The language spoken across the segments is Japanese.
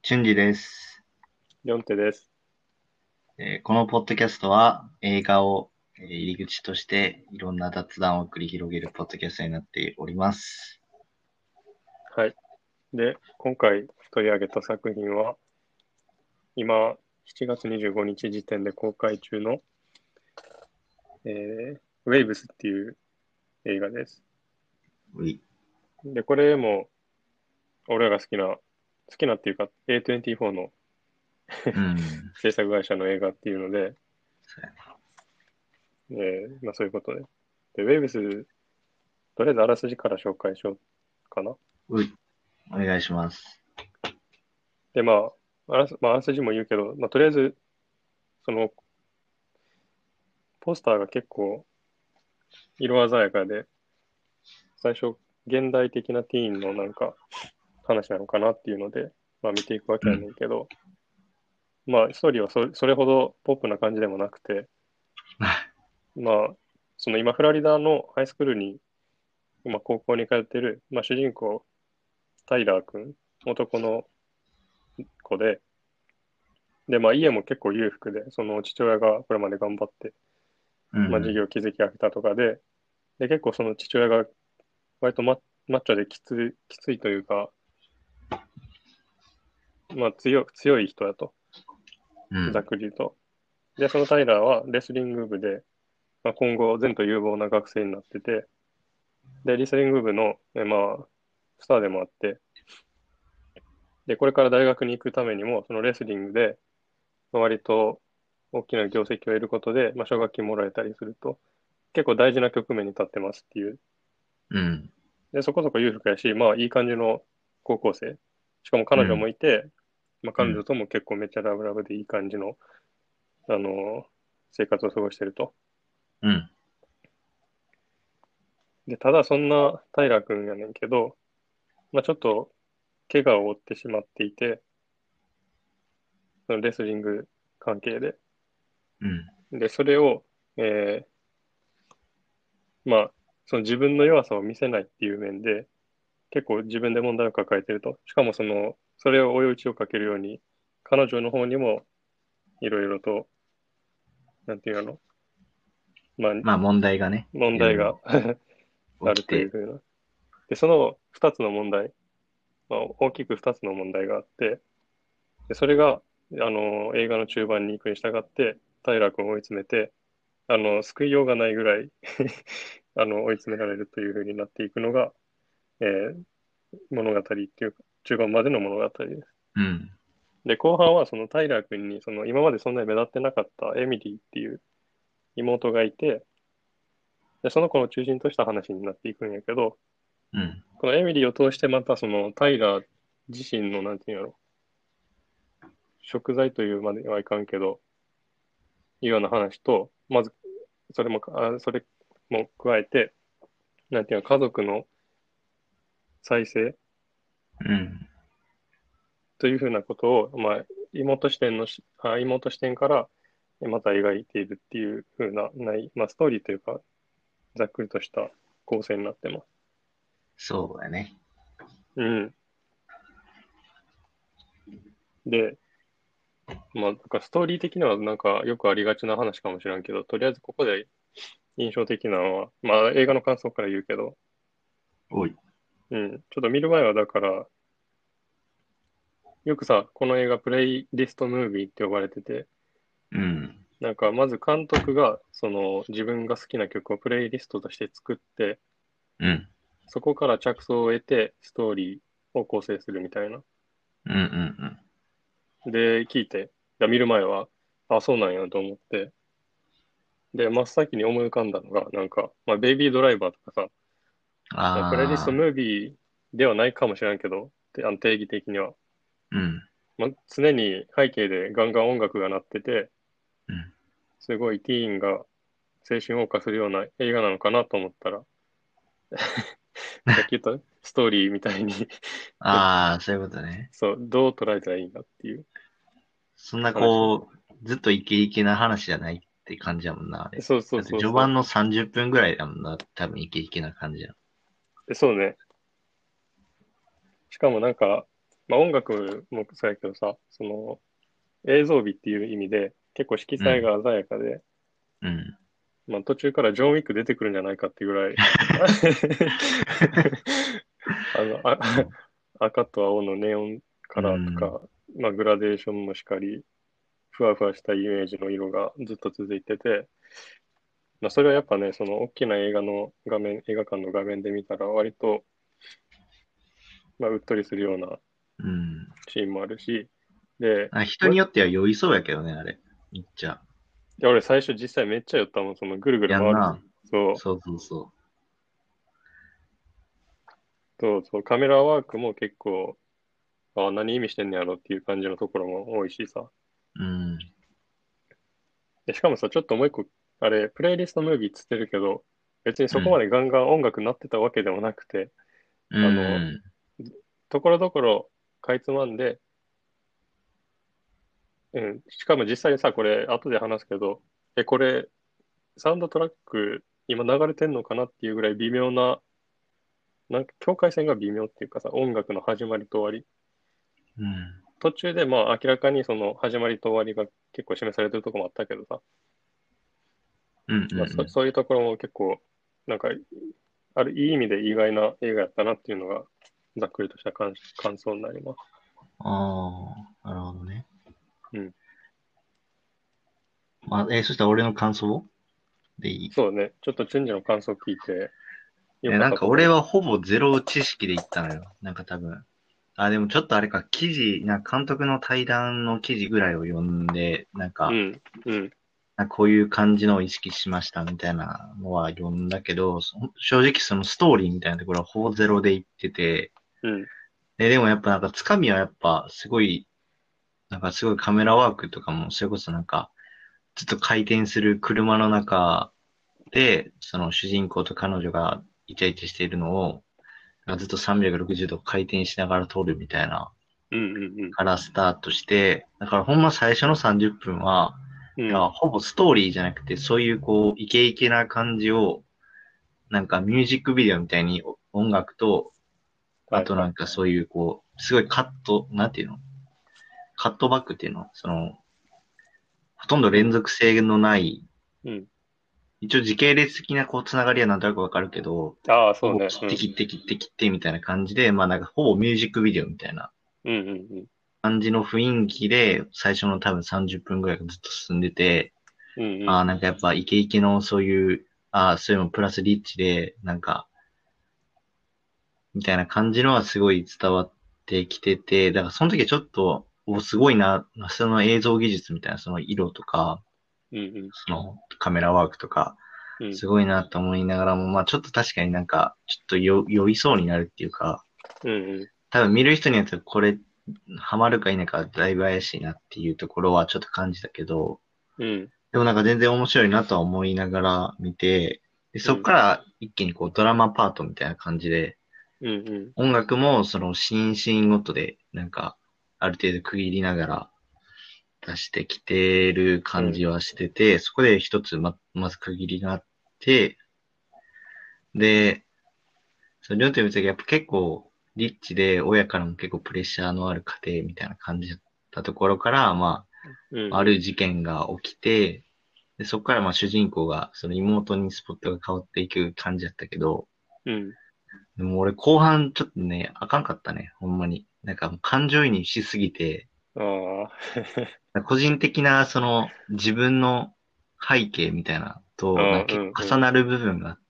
俊二です。 4手です。 このポッドキャストは映画を入り口としていろんな雑談を繰り広げるポッドキャストになっております。 はい。で、今回取り上げた作品は、今、7月25日時点で公開中の、ウェイブスっていう映画です。 うい。 で、これも、俺らが好きなっていうか、A24 のうん。 制作会社の映画っていうので、 そうやね。 まあそういうことで。で、ウェイブス、とりあえずあらすじから紹介しようかな。 うい。お願いします。 で、まあ、あらすじも言うけど、まあ、とりあえず、その、ポスターが結構色鮮やかで、最初、現代的なティーンのなんか話なのかなっていうので、まあ見ていくわけやねうん。 んけど、まあストーリーはそれほどポップな感じでもなくて、まあ、その今フロリダのハイスクールに、今高校に通ってる、まあ主人公、タイラー君、男の子で、で、まあ家も結構裕福で、その父親がこれまで頑張って、まあ事うん。 業を築き上げたとかで、で、結構その父親が割とマッチョできついというか、まあ強い人だと、ざっうん。 くり言うと。で、そのタイラーはレスリング部で、まあ、今後前途有望な学生になってて、で、レスリング部の、スターでもあって、で、これから大学に行くためにも、そのレスリングで、まあ割と大きな業績を得ることで、まあ、奨学金もらえたりすると、結構大事な局面に立ってますっていう。 うん。 で、そこそこ裕福やし、まあいい感じの高校生。しかも彼女うん。 もいて、まあうん。 彼女とも結構めっちゃラブラブでいい感じの、あのー生活を過ごしてると。 うん。 で、ただそんなタイラー君やねんけど、まあちょっと怪我を負ってしまっていて、そのレスリング関係で。 うん。 で、それを、えまあ、その自分の弱さを見せないっていう面で、結構自分で問題を抱えていると。しかもそれを追い打ちをかけるように、彼女の方にもいろいろと、なんていうの、まあ、 まあ問題がね、 問題がいろいろある起きて。 というふうな。で、その二つの問題、まあ、大きく二つの問題があって、で、それが、映画の中盤に行くに従って、平君を追い詰めて、救いようがないぐらい追い詰められるという風になっていくのが、物語っていうか、中盤までの物語です。 うん。 で、後半はそのタイラー君に、今までそんなに目立ってなかったエミリーっていう妹がいて、で、その子を中心とした話になっていくんやけど、 うん。 このエミリーを通してまたそのタイラー自身の、なんていうんやろ、食材というまではいかんけど、いうような話と、まず、それも加えて、なんていうの、家族の再生うん。 というふうなことを、まあ、妹視点からまた描いているっていうふうな、まあ、ストーリーというか、ざっくりとした構成になってます。 そうやね。 うん。で、まあ、なんかストーリー的にはなんかよくありがちな話かもしれんけど、とりあえずここで印象的なのは、まあ、映画の感想から言うけど、 おい。 うん。ちょっと見る前はだから、よくさ、この映画プレイリストムービーって呼ばれてて、 うん。 なんかまず監督がその自分が好きな曲をプレイリストとして作って、 うん。 そこから着想を得てストーリーを構成するみたいな。 うん。うん。 で、聞いて、見る前は、あ、そうなんやと思って、で、真っ先に思い浮かんだのが、なんか、まあ、ベイビードライバーとかさ、まあ、プレイリストああ。 ムービーではないかもしれんけど、定義的には。 うん。 まあ、常に背景でガンガン音楽が鳴ってて、 うん。 すごいティーンが青春を謳歌するような映画なのかなと思ったら、さっき言ったストーリーみたいにああ、そういうことね。 そう、どう捉えたらいいんだっていうそんな話。 こう、ずっとイケイケな話じゃないって感じやもんな、あれ。 そうそうだってそうそ序盤の30分ぐらいだもんな、多分イケイケな感じや。 そうね。しかもなんか、 まあ音楽もそうやけどさ、映像美っていう意味で結構色うん。 彩が鮮やかで、 うん。 まあ途中からジョン・ウィック出てくるんじゃないかっていうぐらいうん。 赤と青のネオンカうん。 ラーとか、まあグラデーションもしかり、ふわふわしたイメージの色がずっと続いてて、まあそれはやっぱね、その大きな映画館の画面で見たら割と、まあうっとりするようなうん。 シーンもあるし、で、 人によっては酔いそうやけどね、あれ。めっちゃ。 いや俺最初実際めっちゃ寄ったもん、そのぐるぐる回る。 やんな。 そう、 そうそうそそう、カメラワークも結構、あ、何意味してんねやろっていう感じのところも多いしさ。 う。うん。 で、しかもさ、ちょっともう一個、あれ、プレイリストムービーっつってるけど、別にそこまうん。 でガンガン音楽鳴ってたわけでもなくて、 うあの、 ん。 ところどころかいつまんで、うん、しかも実際にさ、これ後で話すけど、これ、サウンドトラック今流れてんのかなっていうぐらい微妙な、なんか境界線が微妙っていうかさ、音楽の始まりと終わり。 うん。 途中でまあ明らかにその始まりと終わりが結構示されてるところもあったけどさ、 うん。うん。 まあ、 うん。 そういうところも結構、なんか、あるいい意味で意外な映画やったなっていうのが、ざっくりとした感想になります。 ああ、なるほどね。 うん。 まあ、そしたら俺の感想でいい？ そうね。ちょっとチェンジの感想聞いてよかっなんたところ。 か俺はほぼゼロ知識で行ったのよ。なんか多分。でもちょっとあれか、記事、なんか監督の対談の記事ぐらいを読んで、なんか、 うん、うん、 なんかこういう感じのを意識しましたみたいなのは読んだけど、正直そのストーリーみたいなところはほぼゼロで言ってて、 うん、 でもやっぱなんかつかみはやっぱすごい、なんかすごいカメラワークとかも、それこそなんか、ずっと回転する車の中で、その主人公と彼女がイチャイチャしているのを、なんかずっと360度回転しながら撮るみたいな、 うん、うん、 からスタートして、だからほんま最初の30分は、 うん、うん。 いやほぼストーリーじゃなくて、そういうこう、イケイケな感じを、なんかミュージックビデオみたいに音楽と、あはいはい。 となんかそういうこう、すごいカット、なんていうのカットバックっていうのほとんど連うん、 続性のない、 うん。 一応時系列的なこう、つながりはなんとなくわかるけど、 ああ、 ほぼそうね。うん、 切って切って切って切ってみたいな感じで、まあなんかほぼミュージックビデオみたいなうん、うん、うん、 感じの雰囲気で、最初の多分30分ぐらいがずっと進んでて、 うん、うん、 なんかやっぱイケイケのそういう、そういうのプラスリッチで、なんか、みたいな感じのはすごい伝わってきてて、だからその時はちょっと、すごいな、その映像技術みたいな、その色とか、 うん、うん、 そのカメラワークとか、 うん、 すごいなと思いながらも、まあちょっと確かになんか、ちょっと酔いそうになるっていうか、 うん、 多分見る人によってはこれ、ハマるか否かだいぶ怪しいなっていうところはちょっと感じたけど、 うん、 でもなんか全然面白いなとは思いながら見て、で、 うん、 そっから一気にこうドラマパートみたいな感じで、 うん、うん、 音楽もそのシーンシーンごとで、なんか、ある程度区切りながら出してきてるうん、 感じはしてて、そこで一つまず区切りがあって、で、その両手見た時やっぱ結構リッチで、親からも結構プレッシャーのある家庭みたいな感じだったところから、 うん、 あうん、 る事件が起きて、で、そこから主人公が、その妹にスポットが変わっていく感じだったけど、 うん。 でも俺後半ちょっとね、あかんかったね、ほんまに。なんかもう感情移入しすぎて、 ああ、 個人的なその自分の背景みたいなと、なんああ、うか結ん、うん。 構重なる部分があって、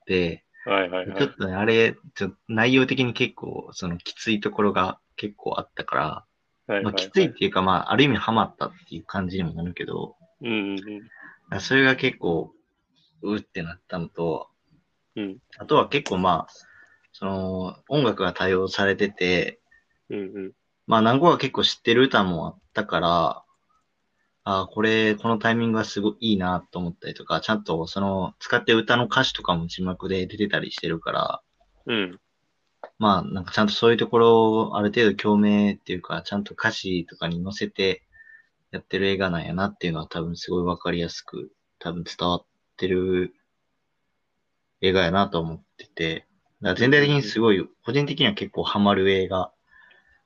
はいはいはい。 ちょっとね、あれ、内容的に結構、そのきついところが結構あったから、 はいまあきついはいはい。 っていうか、ある意味ハマったっていう感じにもなるけど、 うん、うん、 それが結構、うってなったのと、 うん、 あとは結構その音楽が多用されてて、 うん、うん、 何個か結構知ってる歌もあったから、このタイミングがすごいいいなと思ったりとか、ちゃんとその使ってる歌の歌詞とかも字幕で出てたりしてるから、 うん、 なんかちゃんとそういうところをある程度共鳴っていうか、ちゃんと歌詞とかに乗せてやってる映画なんやなっていうのは多分すごいわかりやすく、多分伝わってる映画やなと思ってて、だからうん、 全体的にうん、 すごい、個人的には結構ハマる映画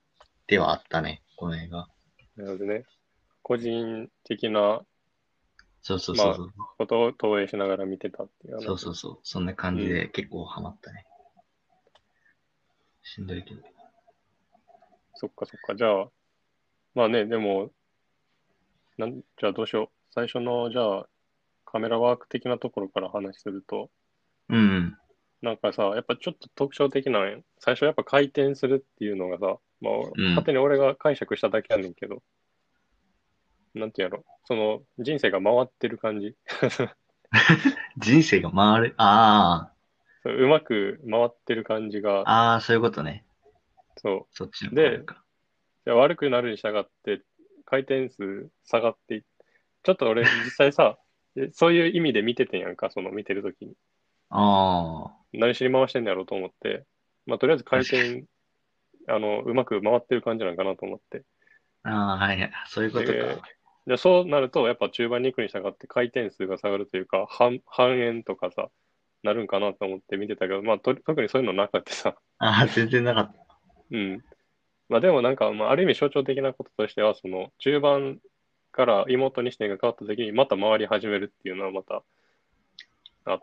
ではあったね、この映画。 なのでね、個人的な、 そうそうまあ、 そうそう。 ことを投影しながら見てたっていう話。 そうそうそう。そんな感じうん。 で結構ハマったね。しんどいけど。 そっかそっか。じゃあ、まあね、でも、じゃあどうしよう。最初の、じゃあ、カメラワーク的なところから話すると、 うん。 なんかさ、やっぱちょっと特徴的なんや。最初やっぱ回転するっていうのがさ、まあ、 うん。 勝手に俺が解釈しただけやねんけど、なんていうやろ。その、人生が回ってる感じ。 人生が回る。あそううまく回ってる感じが、 あ。ああ、そういうことね。 そそっちのう。で、 回るか。 じゃあ悪くなるに従って、回転数下がってちょっと俺実際さ、そういう意味で見ててんやんか、その見てるときに。 あ何しに回してんのやろうと思って、まあとりあえずあ。確かに。 回転、うまく回ってる感じなんかなと思って。 ああ、はいはい。そういうことで、 か。 じゃあそうなると、やっぱ中盤に行くに従って回転数が下がるというか、半円とかさ、なるんかなと思って見てたけど、まあ特にそういうのなかったさ。 ああ、全然なかった。 うん。まあでもなんか、まあある意味象徴的なこととしては、その中盤から妹に視点が変わった時にまた回り始めるっていうのはまたあって、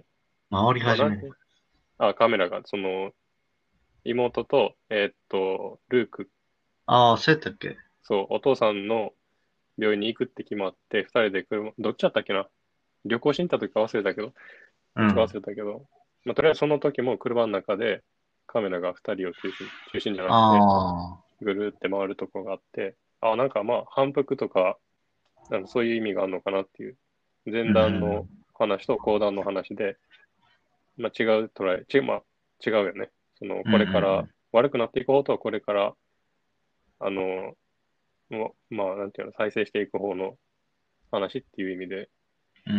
回り始める。 まあなんて、カメラが、その妹と、ルーク、 ああ、そうやったっけ？ そう、お父さんの病院に行くって決まって、二人で車、どっちだったっけな、旅行しに行った時か忘れたけど、どっちか忘うん。 れたけど、まあ、とりあえずその時も車の中でカメラが二人を中心じゃなくて、 ああ。 ぐるーって回るとこがあって、あ、なんかまあ反復とか、なんかそういう意味があるのかなっていう、前う段のん。 話と後段の話で、まあ違う捉え、まあ違うよね。その、 うんうこれからん悪くなっていく方とはこれから、あの、まあ、なんていうの、再生していく方の話っていう意味で、 うん。うん。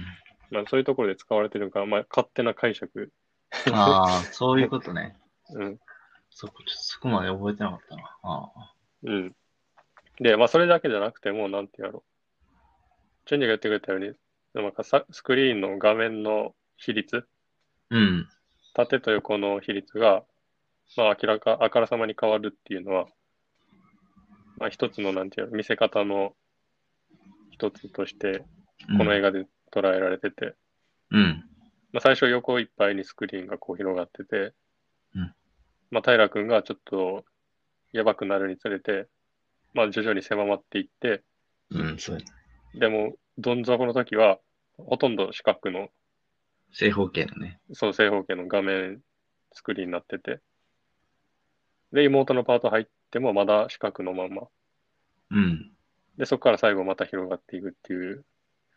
まあ、そういうところで使われてるのか、まあ、勝手な解釈。 ああ、そういうことね。 うん、 そこ、ちょっとそこまで覚えてなかったな。ああ。 うん。で、まあ、それだけじゃなくても、なんていうやろ。チェンジが言ってくれたように、なんかスクリーンの画面の比率、 うん。 縦と横の比率が、まあ、あからさまに変わるっていうのは、まあ、一つの、なんていうの、見せ方の一つとして、 うん。 この映画で捉えられてて、 うん。 まあ、最初横いっぱいにスクリーンがこう広がってて、 うん。 まあ、平君がちょっとやばくなるにつれて、まあ、徐々に狭まっていって、 うん、そうや。 でも、どん底の時は、ほとんど四角の、 正方形のね。 その正方形の画面スクリーンになってて、で、妹のパート入ってもまだ四角のまま。 うん。 で、そこから最後また広がっていくっていう。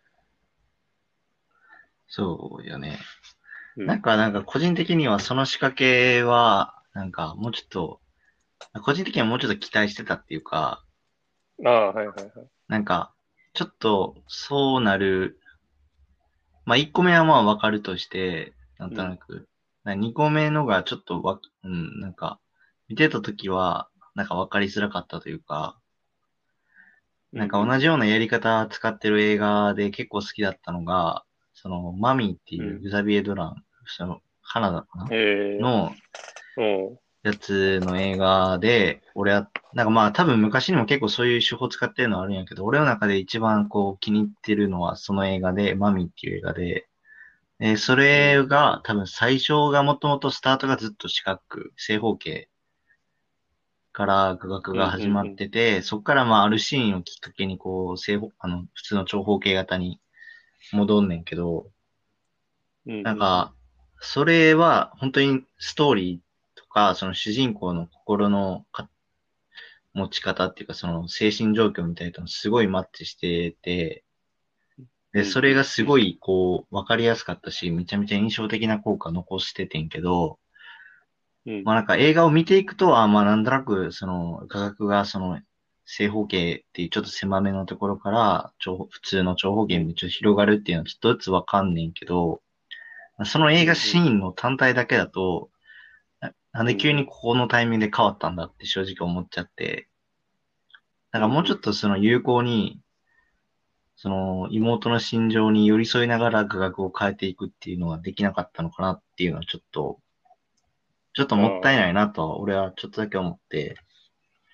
そうよね。 うん。 なんか個人的にはその仕掛けは、なんかもうちょっと、個人的にはもうちょっと期待してたっていうか、 ああ、はいはいはい。 なんか、ちょっとそうなる、まあ1個目はまあわかるとして、なんうん。 となく、2個目のがちょっとうん、なんか、見てたときは、なんかわかりづらかったというか、 うんなんか同じようなやり方使ってる映画で結構好きだったのが、その、マミーってうん。うん。 いうグザビエ・ドラン、その、カナダかなえのえおう。 やつの映画で、俺は、なんかまあ多分昔にも結構そういう手法使ってるのはあるんやけど、俺の中で一番こう気に入ってるのはその映画で、マミーっていう映画で、そうん。 れが多分最初がもともとスタートがずっと四角、正方形から画角うん。 が始まうん。 ってて、そこからまああるシーンをきっかけにこう普通の長方形型に戻んねんけど、 うん。うん。うん。 なんか、それは本当にストーリーとか、その主人公の心の持ち方っていうか、その精神状況みたいなのすごいマッチしてて、で、それがうん。 すごいこう、わかりやすかったし、めちゃめちゃ印象的な効果残しててんけど、 うん。 まあなんか映画を見ていくと、まあなんとなく、その画角がその正方形っていうちょっと狭めのところから、普通の長方形にちょっと広がるっていうのはちょっとずつわかんねんけど、その映画シうん。 ーンの単体だけだと、なんうん。 で急うん。 にここのタイミングで変わったんだって正直思っちゃって、なんかもうちょっとその有効に、その妹の心情に寄り添いながら画角を変えていくっていうのはできなかったのかなっていうのはちょっとあもったいないあ。 なとは俺はちょっとだけ思って、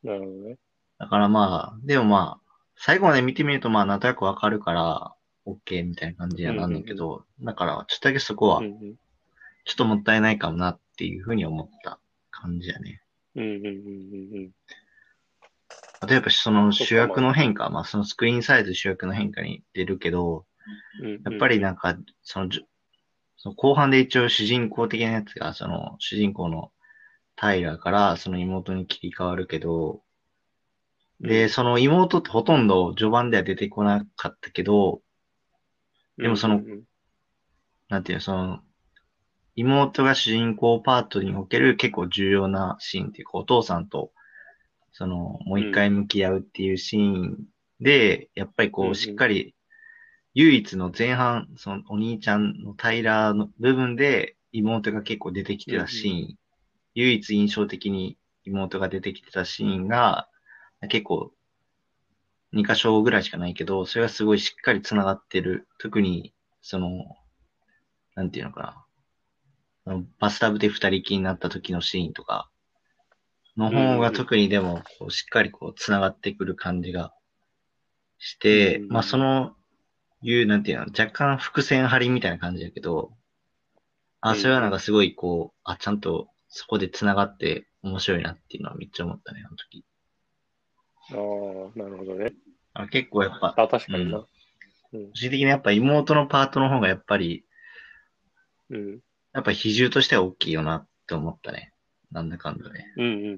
なるほどね。 だからまあ、でもまあ、最後まで見てみるとまあ、なんとなくわかるから、OK みたいな感じにうん、 はなんうん、 だけど、だから、ちょっとだけそこは、 うん、 ちょっともったいないかもなっていうふうに思った感じやね。 うん、うん、うん、うん、うん。 例えばその主そっか、まあ、 役の変化、まあそのスクリーンサイズ主役の変化に出るけど、 うん、うん、 やっぱりうん。 なんか、その後半で一応主人公的なやつが、その主人公のタイラーからその妹に切り替わるけど、で、 うん、 その妹ってほとんど序盤では出てこなかったけど、 うん、 でもその、 うん、 なんていうの、その、妹が主人公パートにおける結構重要なシーンっていうか、お父さんと、その、もううん、 一回向き合うっていうシーンで、やっぱりうん、 こう、しっうん、 かり、唯一の前半、そのお兄ちゃんのタイラーの部分で、妹が結構出てきてたシうん、 ーン、唯一印象的に妹が出てきてたシーンが、結構2箇所ぐらいしかないけど、それがすごいしっかり繋がってる。特に、その、なんていうのかな。バスタブで二人きりになった時のシーンとかのうん、 方がうん、 特にでも、こうしっかりこう繋がってくる感じがしうん、 て、まあそうん、 の、なんていうの、若干伏線張りみたいな感じだけど、あ、 うん、 それはなんうん。 かすごいこう、あ、ちゃんとそこで繋がって面白いなっていうのはめっちゃ思ったね、あの時。 ああ、なるほどね。 結構やっぱ、 あ、確かにな。 うん。 うん、 個人的にやっぱ妹のパートの方がやっぱり、 うん、 やっぱ比重としては大きいよなって思ったね。なんだかんだね。 うん、うん。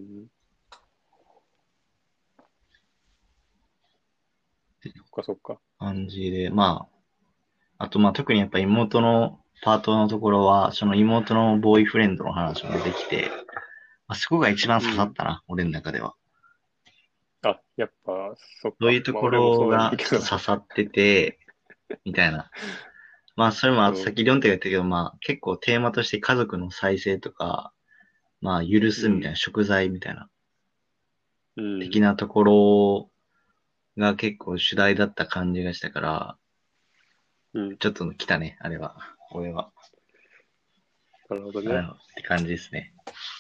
そっか、そっか。 感じで、まあ、あとまあ特にやっぱ妹のパートのところは、その妹のボーイフレンドの話も出てきて、まあ、そこが一番刺さっうん。 たな、俺の中では。 あ、やっぱ、そっか。 そういうとこまあ俺もそうやねんろがけど。 ちょっと刺さってて、みたいな。まあそれもうん、 さっきリョンテが言ったけど、まあ結構テーマとして家族の再生とか、まあ許うん、 すみたいな、贖罪みたいな、 うん、 的なところが結構主題だった感じがしたから、 うん。 ちょっと来たね、あれは。俺は。 なるほどね。 あのって感じですね。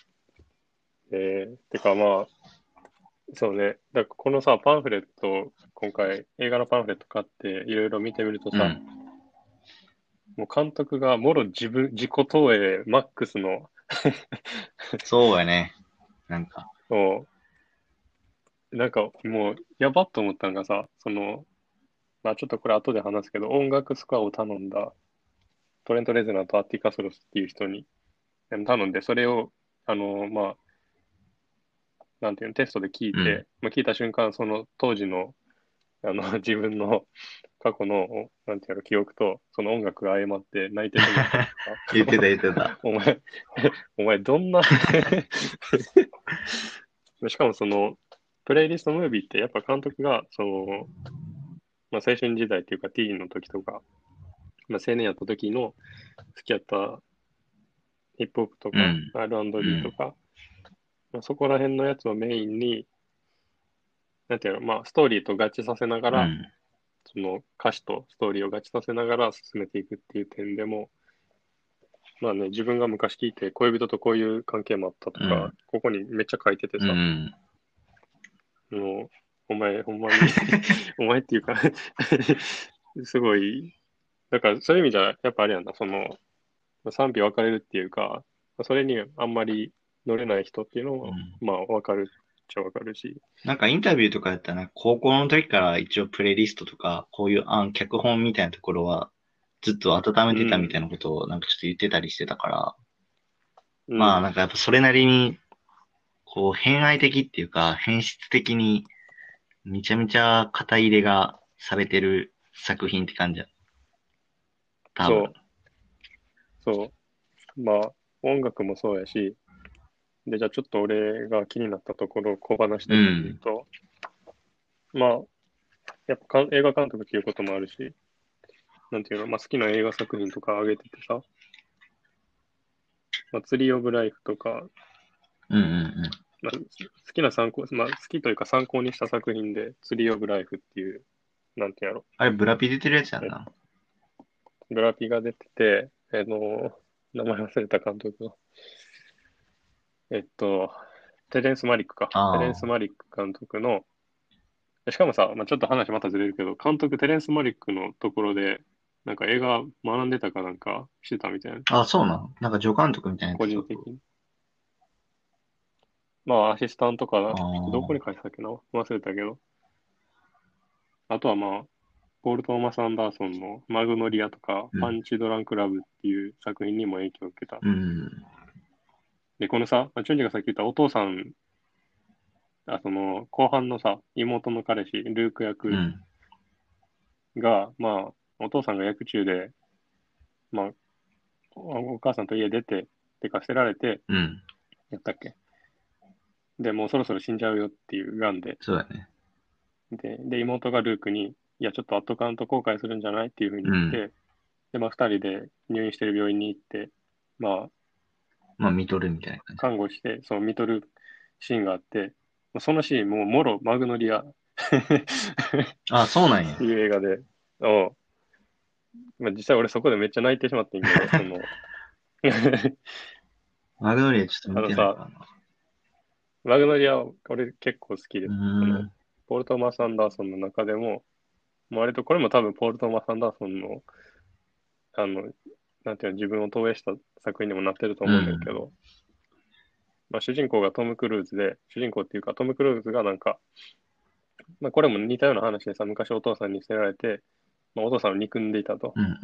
てかまあ、そうね。だからこのさ、パンフレット、今回映画のパンフレット買っていろいろ見てみるとさ、 うん。 もう監督がもろ自己投影マックスの、 そうやね。なんか、 もなんかもうやばっと思ったのがさ、まあちょっとこれ後で話すけど、音楽スコアを頼んだトレント・レズナーとアッティカスロスっていう人に頼んで、それを、まあ、なんていうの、テストで聞いうん。 て、まあ、聞いた瞬間、その当時の、自分の過去の、なんていうの、記憶と、その音楽が相まって泣いてしまったりとか、 言ってた言ってた。 お前、お前どんなしかもプレイリストムービーってやっぱ監督が、まあ、青春時代っていうかティーンの時とか、まあ、青年やった時の好きやったヒップホップとかうん。う R&B とん。 か、まあ、そこら辺のやつをメインに、なんていうの、まあ、ストーリーと合致させながら、 うん。 その歌詞とストーリーを合致させながら進めていくっていう点でも、まあね、自分が昔聞いて恋人とこういう関係もあったとか、 うん。 ここにめっちゃ書いててうさ、 ん。 もう、お前、ほんまにお前っていうかすごい、だからそういう意味じゃ、やっぱあれやんな、賛否分かれるっていうか、それにあんまり乗れない人っていうのも、 うん。 まあ分かるっちゃ分かるし、 なんかインタビューとかやったら、高校の時から一応プレイリストとか、こういう脚本みたいなところは、ずっと温めてたみたいうん、 なことをなんかちょっと言ってたりしてたから、まあうん、 なんかやっぱそれなりに、こう、偏愛的っていうか、変質的に、めちゃめちゃ肩入れがされてる作品って感じだ。多分。 そう、そう、まあ音楽もそうやし、で、じゃあちょっと俺が気になったところ、小話として言ううん。 と、まあ、やっぱ映画監督っていうこともあるし、なんていうの、まあ好きな映画作品とか上げててさ、まあ、ツリー・オブ・ライフとか、 うんうんまあ、好きな参考、まあ好きというか参考にした作品で、ツリー・オブ・ライフっていう、なんていうんやろ、 あれ、ブラピ出てるやつやんえな。 ブラピが出てて、名前忘れた監督の。えっと、 テレンス・マリックか。テレンス・あマリック監督の、しかもさ、ちょっと話またずれるけど、監督テレンス・マリックのところで、なんか映画学んでたかなんかしてたみたいな。 あ。あ、そうなの？なんか助監督みたいなや個つと。 人的に。まあ、アシスタントかな。 あどこにあ。 書いてたっけな忘れたけど。あとはまあ、ポール・トーマス・アンダーソンのマグノリアとか、 うん。 パンチ・ドランク・ラブっていう作品にも影響を受けた。 うん。 で、このさ、チュンジがさっき言ったお父さん、その、後半のさ、妹の彼氏、ルーク役うん。 が、まあ、お父さんが役中で、まあ、お母さんと家出て、てか捨てられて、 うん。 やったっけで、もうそろそろ死んじゃうよっていう癌で、 そうだね。 で、妹がルークに、いや、ちょっと後カンと後悔するんじゃないっていうふうにうん。 言って、で、まあ、二人で入院してる病院に行って、まあ、 まあ、見とるみたいな感じ。 看護して、その見とるシーンがあって、そのシーン、もう、もろ、マグノリアっあ、そうなんや。 ていう映画で、うんまあ、実際俺そこでめっちゃ泣いてしまってんけど、そのマグノリアちょっと見てないかさ、 らな。 マグノリア、俺結構好きうで、 ーん。 ポール・トーマス・アンダーソンの中でも、割とこれも多分ポール・トーマス・アンダーソンの、あの、なんていうの、自分を投影した作品にもなってると思うんだうん。 けど、まあ、主人公がトム・クルーズで、主人公っていうかトム・クルーズがなんか、まあ、これも似たような話でさ、昔お父さんに捨てられて、まあ、お父さんを憎んでいたと。 うん。うん。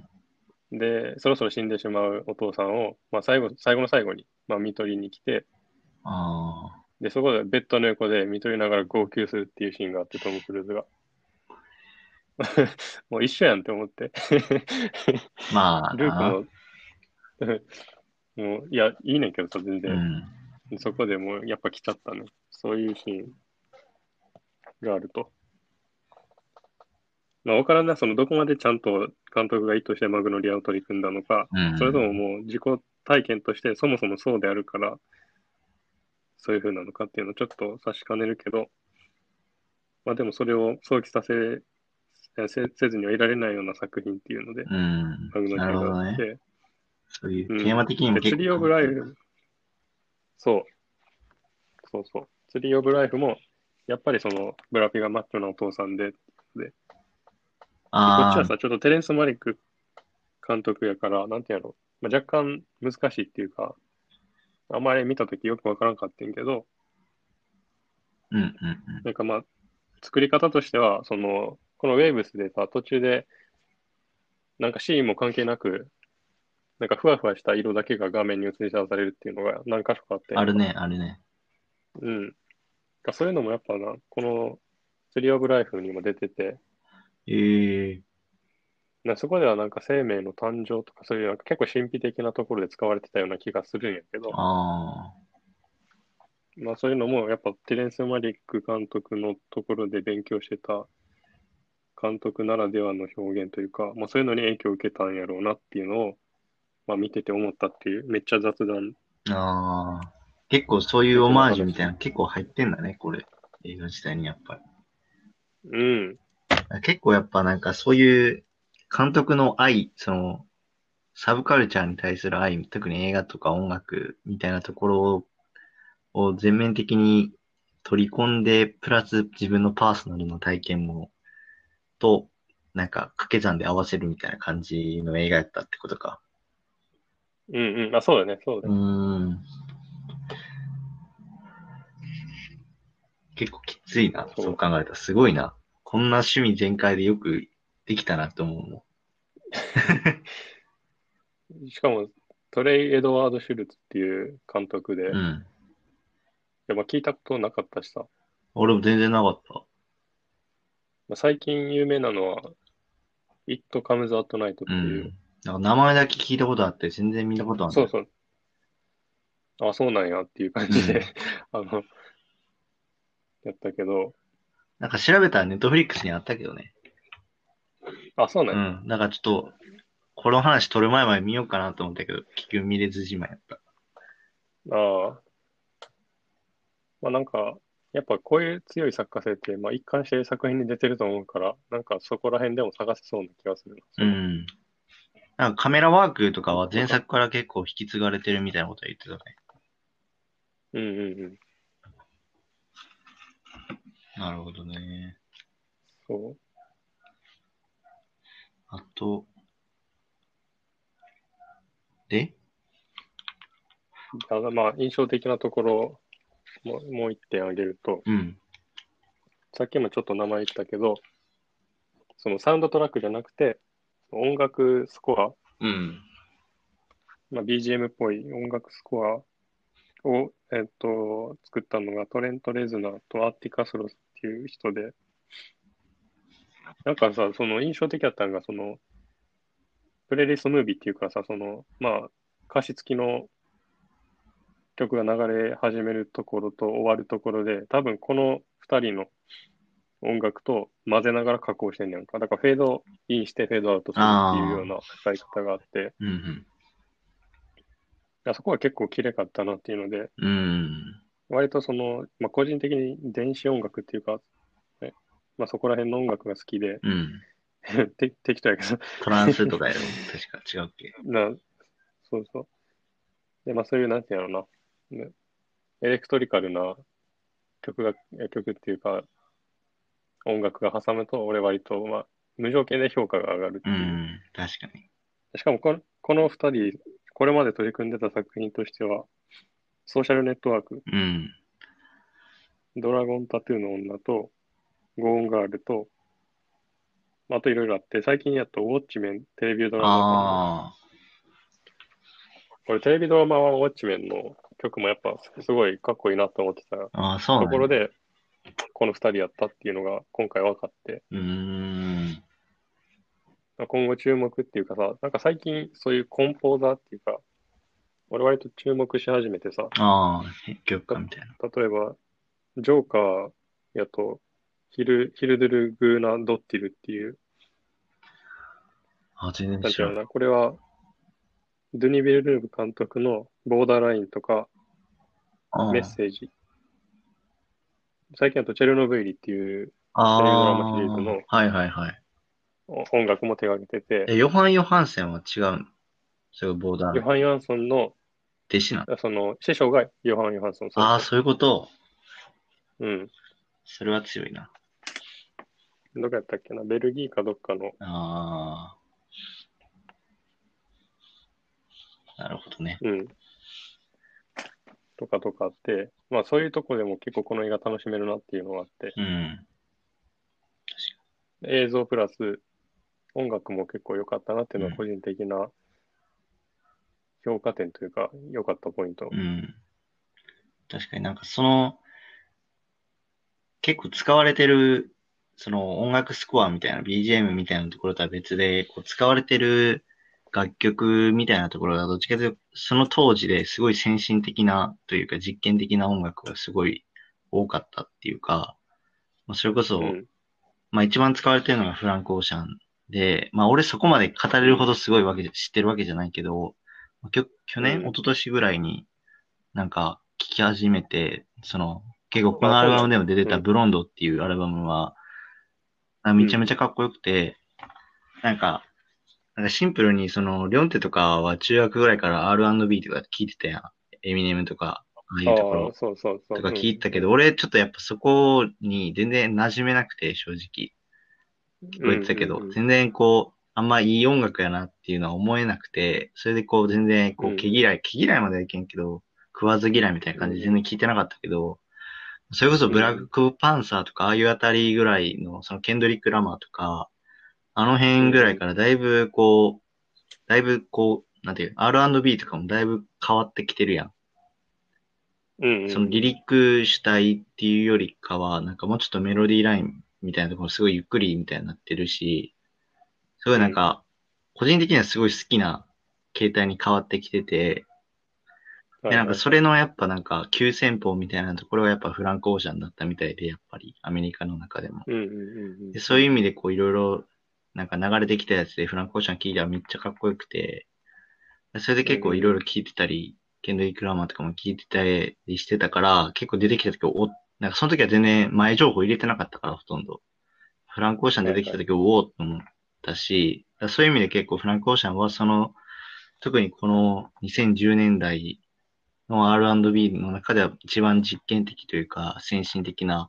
で、そろそろ死んでしまうお父さんを、まあ、最後の最後に、まあ、看取りに来て、 ああ。 で、そこでベッドの横で看取りながら号泣するっていうシーンがあって、トム・クルーズが。もう一緒やんって思って。 まあな。 ルークも、もう、いや、いいねんけどさ、全然。 うん。 そこでもう、やっぱ来ちゃったね。そういうシーンがあると。まあ、わからんな、その、どこまでちゃんと監督が意図してマグノリアを取り組んだのか、 うそれともん。 もう自己体験としてそもそもそうであるから、そういう風なのかっていうのをちょっと差しかねるけど、まあでもそれを想起せずにはいられないような作品っていうので、 うん。なマグノリアるほどね。 があって、 そういううん。 テーマ的にもで、ツ結リー・オブ・構被ってる。 ライフ、そう、そうそう。ツリー・オブ・ライフも、やっぱりその、ブラピがマッチョなお父さんで、こっちああ。 はさ、ちょっとテレンス・マリック監督やから、なんてやろう、まあ、若干難しいっていうか、あんまり見たときよくわからんかってんけど、 うんうんなんかまあ、作り方としては、その、このウェーブスでさ、途中で、なんかシーンも関係なく、なんかふわふわした色だけが画面に映し出されるっていうのが何箇所かあったやんか。 あるね、あるね。 うん。そういうのもやっぱな、このツリーオブライフにも出てて、 ええ。 そこではなんか生命の誕生とかそういうなんか結構神秘的なところで使われてたような気がするんやけど、 ああ。 まあそういうのもやっぱティレンス・マリック監督のところで勉強してた監督ならではの表現というか、まあそういうのに影響を受けたんやろうなっていうのを、まあ見てて思ったっていう、めっちゃ雑談ああ。結構そういうオ的なマージュみたいな話。 の結構入ってんだね、これ。映画自体にやっぱうん、 り。結構やっぱなんかそういう監督の愛、その、サブカルチャーに対する愛、特に映画とか音楽みたいなところを全面的に取り込んで、プラス自分のパーソナルの体験も、と、なんか掛け算で合わせるみたいな感じの映画やったってことか。 うんうん、あ、そうだね、そうだうーね。 ん。結構きついな。そうそ考えたらすごいな。こんな趣味全開でよくできたなって思うもん。 う。しかも、トレイ・エドワード・シュルツっていう監督で、 うん。 まあ聞いたことなかったしさ、 俺も全然なかった。 まあ、最近有名なのは、It Comes at Night っていう、 うん。なんか名前だけ聞いたことあって全然見たことはない。 そうそう、あ、そうなんやっていう感じでうん。 やったけど、 なんか調べたらネットフリックスにあったけどね。 あ、そうなんや。 うん。なんかちょっと、この話撮る前まで見ようかなと思ったけど、結局見れずじまいやった。 ああ、まあなんか、やっぱこういう強い作家性って、まあ一貫して作品に出てると思うから、なんかそこら辺でも探せそうな気がするな。その、 うん。なんかカメラワークとかはとか、 前作から結構引き継がれてるみたいなことは言ってたね。 うんうんうん。 なるほどね。 そあと、でう。ただまあ、印象的なところもう一点挙げると、 うん。 さっきもちょっと名前言ったけど、そのサウンドトラックじゃなくて、音楽スコア、 うん。 まあ、BGM っぽい音楽スコアを、作ったのがトレント・レズナーとアーティカスロスっていう人で、なんかさ、その印象的だったのが、その、プレイリストムービーっていうかさ、その、まあ、歌詞付きの曲が流れ始めるところと終わるところで、多分この二人の音楽と混ぜながら加工してんねやんか。だからフェードインしてフェードアウトするっていうようああ。 な使い方があって、 うん。 そこは結構綺麗かったなっていうので、 うん。 割とその、まあ、個人的に電子音楽っていうか、ね、まあ、そこら辺の音楽が好きで、 うん。 適当やけどトランスとかやろ確か違うっけ。 そうそう。で、まあそういう、なんていうのな、ね、エレクトリカルな曲っていうか、音楽が挟むと、俺割と、まあ、無条件で評価が上がるっていう。 うん。確かに。 しかもこの二人、これまで取り組んでた作品としては、ソーシャルネットワーク、 うん。 ドラゴンタトゥーの女と、ゴーンガールと、まああといろいろあって、最近やっとウォッチメン、テレビドラマ版の、 あこれテレビドラマ版ウォッチメンの曲もやっぱすごいかっこいいなと思ってたあ。ああ、そうなんや。 ところで、この二人やったっていうのが今回分かって、 うーん。 今後注目っていうかさ、なんか最近そういうコンポーザーっていうか、俺割と注目し始めてさ、 ああ、編曲家みたいな。 例えば、ジョーカーやと、ヒルドゥル・グーナ・ドッティルっていう、 あ、全然知らん。 なんていうのかな、これは、ドゥニ・ビルヌーブ監督のボーダーラインとか、メッあセージ、最近だとチェルノブイリっていうあ。 テレビドラマシリーズのああ、はいはいはい。 音楽も手掛けてて、 ヨハン・ヨハンセンは違うの？そういうボーダーライン。 ヨハン・ヨハンソンの、 弟子なの？ その、師匠がヨハン・ヨハンソン、そうああ、 そそういうこと。 う。うん。 それは強いな。 どこやったっけな、ベルギーかどっかの、 ああ、なるほどね。 うん、とかあって、まあそういうとこでも結構この映画楽しめるなっていうのがあって、 うん。 映像プラス音楽も結構良かったなっていううん。 のは個人的な評価点というか良かったポイント。 うん。確かになんかその、結構使われてる、その音楽スコアみたいな、BGM みたいなところとは別で、こう使われてる楽曲みたいなところがどっちかというと、その当時ですごい先進的なというか実験的な音楽がすごい多かったっていうか、まあそれこそ、 うん、 まあ一番使われてるのがフランク・オーシャンで、まあ俺そこまで語れうん、 るほどすごいわけで、知ってるわけじゃないけど、去年、一うん。 昨年ぐらいになんか聞き始めて、その、結構こあ、 のアルそうなんや。 バムでも出てうん、 たブロンドっていうアルバムは、めちゃうん、 めちゃかっこよくて、なんか、なんかシンプルにその、リョンテとかは中学ぐらいから R&B とか聞いてたやん。エミネムとか、ああいうとこああ、 ろそうそうそう。 とかうん、 聞いてたけど、俺ちょっとやっぱそこに全然馴染めなくて、正直。聞こえてうん、 たけど、 うん、 全然こう、あんまいい音楽やなっていうのは思えなくて、それでこう全然うん、 こううん、 毛嫌いまではいけんけど、食わず嫌いみたいなうん、 感じで全然聞いてなかったけど、それこそうん、 ブラッうん、 クパンサーとかああいうあたりぐらいの、そのケンドリック・ラマーとか、あのうん、 辺ぐらいうん、 からだいぶこう、なんていう、R&B とかもだいぶ変わってきてるやん。 うん、 そのリうん、 リック主体っていうよりかは、なんかもうちょっとメロディーラインみたいなところすごいゆっくりみたいになってるし、すごいうん、 なんか、個人的にはすごい好きな形態に変わってきてて、で、なんかはいはいはい。 それのやっぱなんか急先鋒みたいなところがやっぱフランク・オーシャンだったみたいで、やっぱりアメリカの中でも。 うん、うん、 で、 うん、うん、 そういう意味でこういろいろなんか流れてきたやつでフランク・オーシャン聞いたらめっちゃかっこよくて、それでうん、 結構いろいろうん、 聞いてたり、ケンドリック・ラマーとかも聞いてたりしてたから、結構出てきた時なんかその時は全然前情報入れてなかったからほとんど。フランク・オーシャン出てきたはいはい。 時おおっと思ったし、そういう意味で結構フランク・オーシャンはその、特にこの2010年代の R&B の中では一番実験的というか先進的な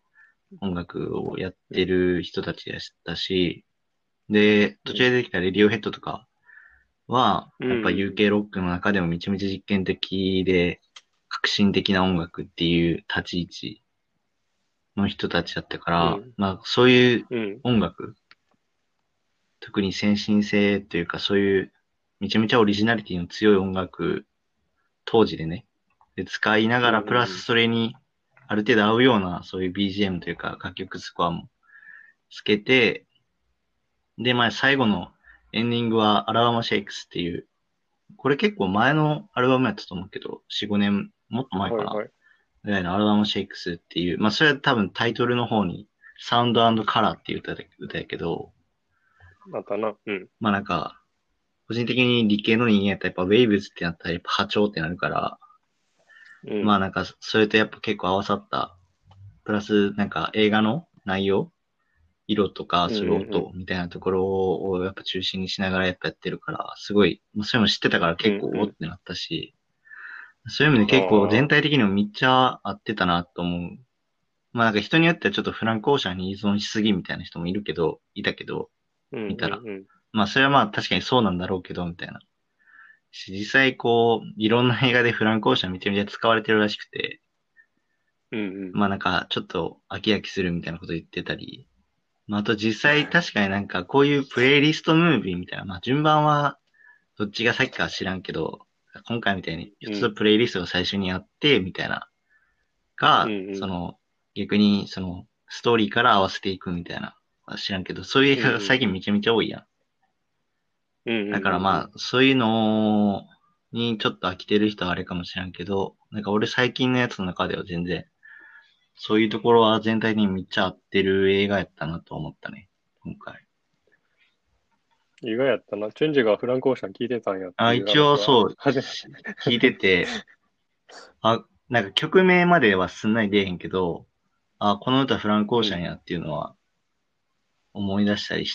音楽をやってる人たちでしたし、で、途中で出てきたレディオヘッドとかは、 うん。 やっぱうん。 UK ロックの中でもめちゃめちゃ実験的で、革新的な音楽っていう立ち位置の人たちだったから、 うん。 まあそういううん。 音楽、特に先進性というかそういうめちゃめちゃオリジナリティの強い音楽、当時でね、で使いなうん。 がらプラうん。 スそれにある程度合うようなそういう BGM というか楽曲スコアもつけて、で、まあ最後のエンディングはアラバマシェイクスっていう、これ結構前のアルバムやったと思うけど、4、5年、もっと前かなはいはい。 ぐらいのアルバムシェイクスっていう、まあそれは多分タイトルの方にサウンドカラーっていう歌やけど、 あったな。うん。 まあなんか、個人的に理系の人間やったらやっぱウェイブズってなったらやっぱ波長ってなるから、 うん。 まあなんかそれとやっぱ結構合わさった、プラスなんか映画の内容、色とかうん。 そういううん。 音みたいなところをやっぱ中心にしながらやっぱやってるから、すごい、もうそれも知ってたからうん。 結構うん。 おってなったし、そういう意味で結構全ああ。 体的にもめっちゃ合ってたなと思う。まあなんか人によってはちょっとフランクオーシャンに依存しすぎみたいな人もいたけど、 うん。 見たら。 うん。 まあそれはまあ確かにそうなんだろうけど、みたいな。実際こう、いろんな映画でフランクオーシャンめちゃめちゃ使われてるらしくて、 うん。うん。 まあなんかちょっと飽き飽きするみたいなこと言ってたり、まああと実際確かになんかこういうプレイリストムービーみたいな、まあ順番はどっちが先かは知らんけど、今回みたいにうん。 一つプレイリストが最初にあって、みたいな、が、 うん。うん。 逆にストーリーから合わせていくみたいな、知らんけど、そういう映うん。 画が最近うん。 めちゃめちゃ多いやん。 うん。うん。うん。 だからまあ、そういうのにちょっと飽きてる人はあれかもしれんけど、なんか俺最近のやつの中では全然、そういうところは全体的にめっちゃ合ってる映画やったなと思ったね、今回。 意外やったな。チェンジがフランクオーシャン聞いてたんやってあ、 いう一応話は、 そう、聞いてて、あ、なんか曲名まではすんなり出えへんけど、あ、この歌フランクオーうん。 シャンやっていうのは思い出したりして、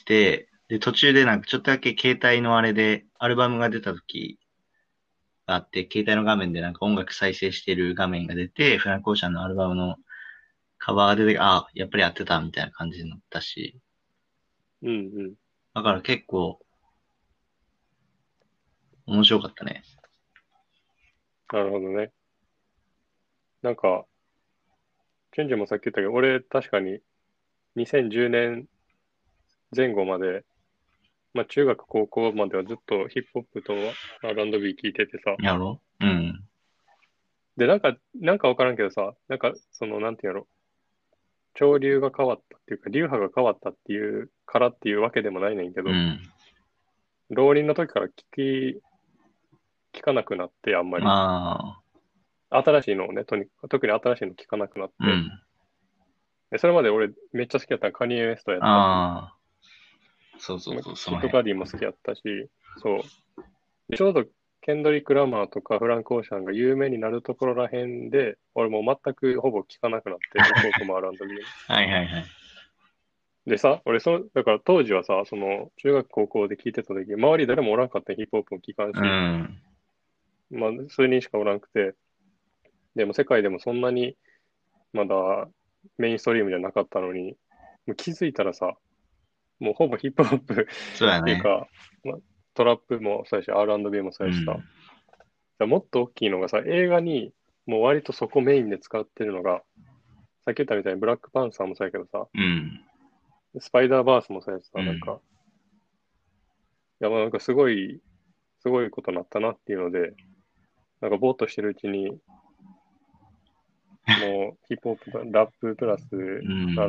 で、途中でなんかちょっとだけ携帯のあれで、アルバムが出た時があって、携帯の画面でなんか音楽再生してる画面が出て、フランクオーシャンのアルバムのカバーが出て、あ、やっぱりやってたみたいな感じになったし、 うん。うん。 だから結構面白かったね。 なるほどね。なんか、チェンジもさっき言ったけど、俺確かに2010年前後まで、まあ中学高校まではずっとヒップホップと R&B 聞いててさ。 やろうん。 で、なんかわからんけどさ、なんかその、なんていうの、潮流が変わったっていうか、流派が変わったっていうからっていうわけでもないねんけど、 うん。 浪人の時から聞かなくなって、あんまり。 ああ、 新しいのをね、特に新しいの聞かなくなって。 うん。 で、それまで俺めっちゃ好きだったのカニエ・ウェストやったし、 ああ、そうそうまあそう、そキッド・の辺。 カディも好きやったし、そう。でちょうどケンドリック・ラマーとかフランク・オーシャンが有名になるところらへんで、俺もう全くほぼ聞かなくなって、ヒップホップも R&B も。 はいはいはい。 でさ、俺だから当時はさ、その、中学高校で聞いてた時、周り誰もおらんかったんヒップホップも聞かんうし、 ん。 まあ、数人しかおらんくて、でも世界でもそんなにまだメインストリームじゃなかったのに、もう気づいたらさ、もうほぼヒップホップっそうやね。 ていうか、まあ、トラップもそうやし、R&B もそうやしさ、 うん。 もっと大きいのがさ、映画にもう割とそこメインで使ってるのが、さっき言ったみたいにブラックパンサーもそうやけどさ、 うん。 スパイダーバースもそうやしさ、なんうん。 か、いや、まあなんかすごいことになったなっていうので、なんかぼーっとしてるうちに、もうヒップホップ、ラッププラスうん。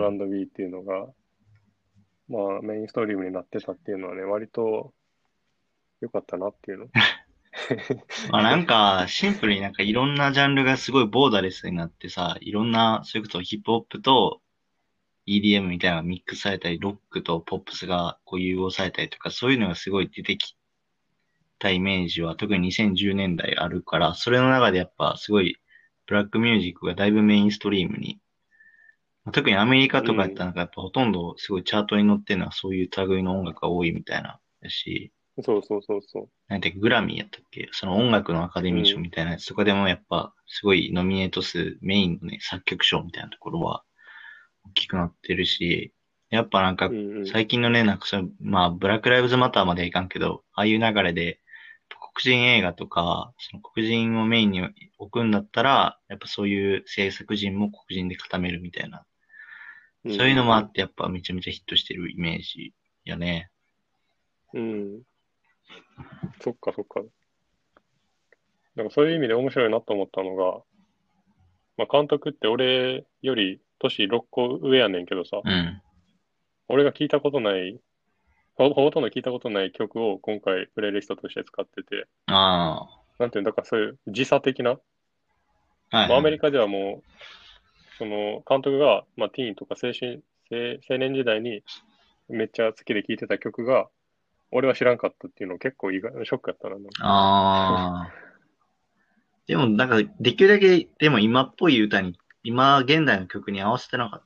R&B っていうのが、まあメインストリームになってたっていうのはね、割と良かったなっていうの。 まあなんか、シンプルになんかいろんなジャンルがすごいボーダレスになってさ、いろんな、それこそヒップホップと EDM みたいなのがミックスされたり、ロックとポップスがこう融合されたりとか、そういうのがすごい出てきたイメージは特に2010年代あるから、それの中でやっぱすごいブラックミュージックがだいぶメインストリームに、特にアメリカとかやったうん。 らなんかやっぱほとんどすごいチャートに乗ってるのはそういう類の音楽が多いみたいな、だし、 そうそうそうそなんてグラミーやったっけその音楽のアカデう。うミー賞ん。 みたいなやつとかでもやっぱすごいノミネート数メインのね、作曲賞みたいなところは大きくなってるし、やっぱなんか、 うんうん。 最近のね、なんかまあ、ブラックライブズマターまではいかんけど、ああいう流れで、黒人映画とか、その黒人をメインに置くんだったら、やっぱそういう制作陣も黒人で固めるみたいな。 うんそういうのうんもあって、やっぱめちゃめちゃヒットしてるイメージやね。 うん。うん。そっかそっか。でもそういう意味で面白いなと思ったのが、まあ、監督って俺より年6個上やねんけどさ、 うん。 俺が聞いたことない、ほとんど聞いたことない曲を今回プレイリストとして使ってて、 あなんていうんだからそういう時差的な、 あ、はいまあ、アはい。 メリカではもう、その監督が、まあ、ティーンとか青年時代にめっちゃ好きで聴いてた曲が、俺は知らんかったっていうの結構ショックやったな、なんか。 ああ。でもなんか、できるだけ、でも今っぽい歌に、今現代の曲に合わせてなかった。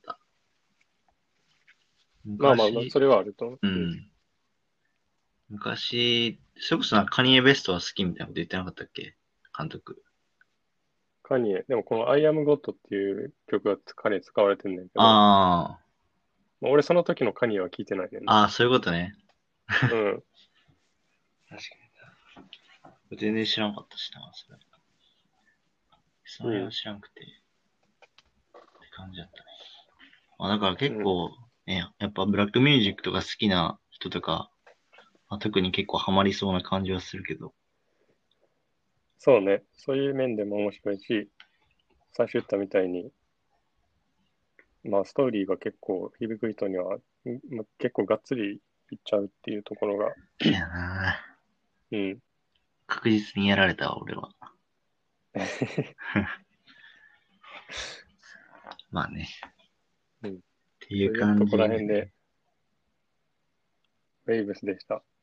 まあまあ、 昔、 それはあると思う。うん。 うん。昔、それこそなんかカニエベストは好きみたいなこと言ってなかったっけ監督。 カニエ、でもこの I Am God っていう曲がカニエ使われてんねんけど、 あまあ、俺その時のカニエは聞いてないねんな。 あ、ああ、そういうことね。 うん。 確かに。全然知らんかったしな、それ。そのうん。 辺は知らんくて、って感じだったね。まあ、だからうん。 結構、ね、やっぱブラックミュージックとか好きな人とか、まあ、特に結構ハマりそうな感じはするけど。 そうね。そういう面でも面白いし、最初言ったみたいに、まあストーリーが結構響く人には、まあ、結構がっつりいっちゃうっていうところが、 せやな。 うん。 確実にやられたわ、俺は。まあね。 うん。 っていうというとこ感じやね。 ら辺で、ウェイブスでした。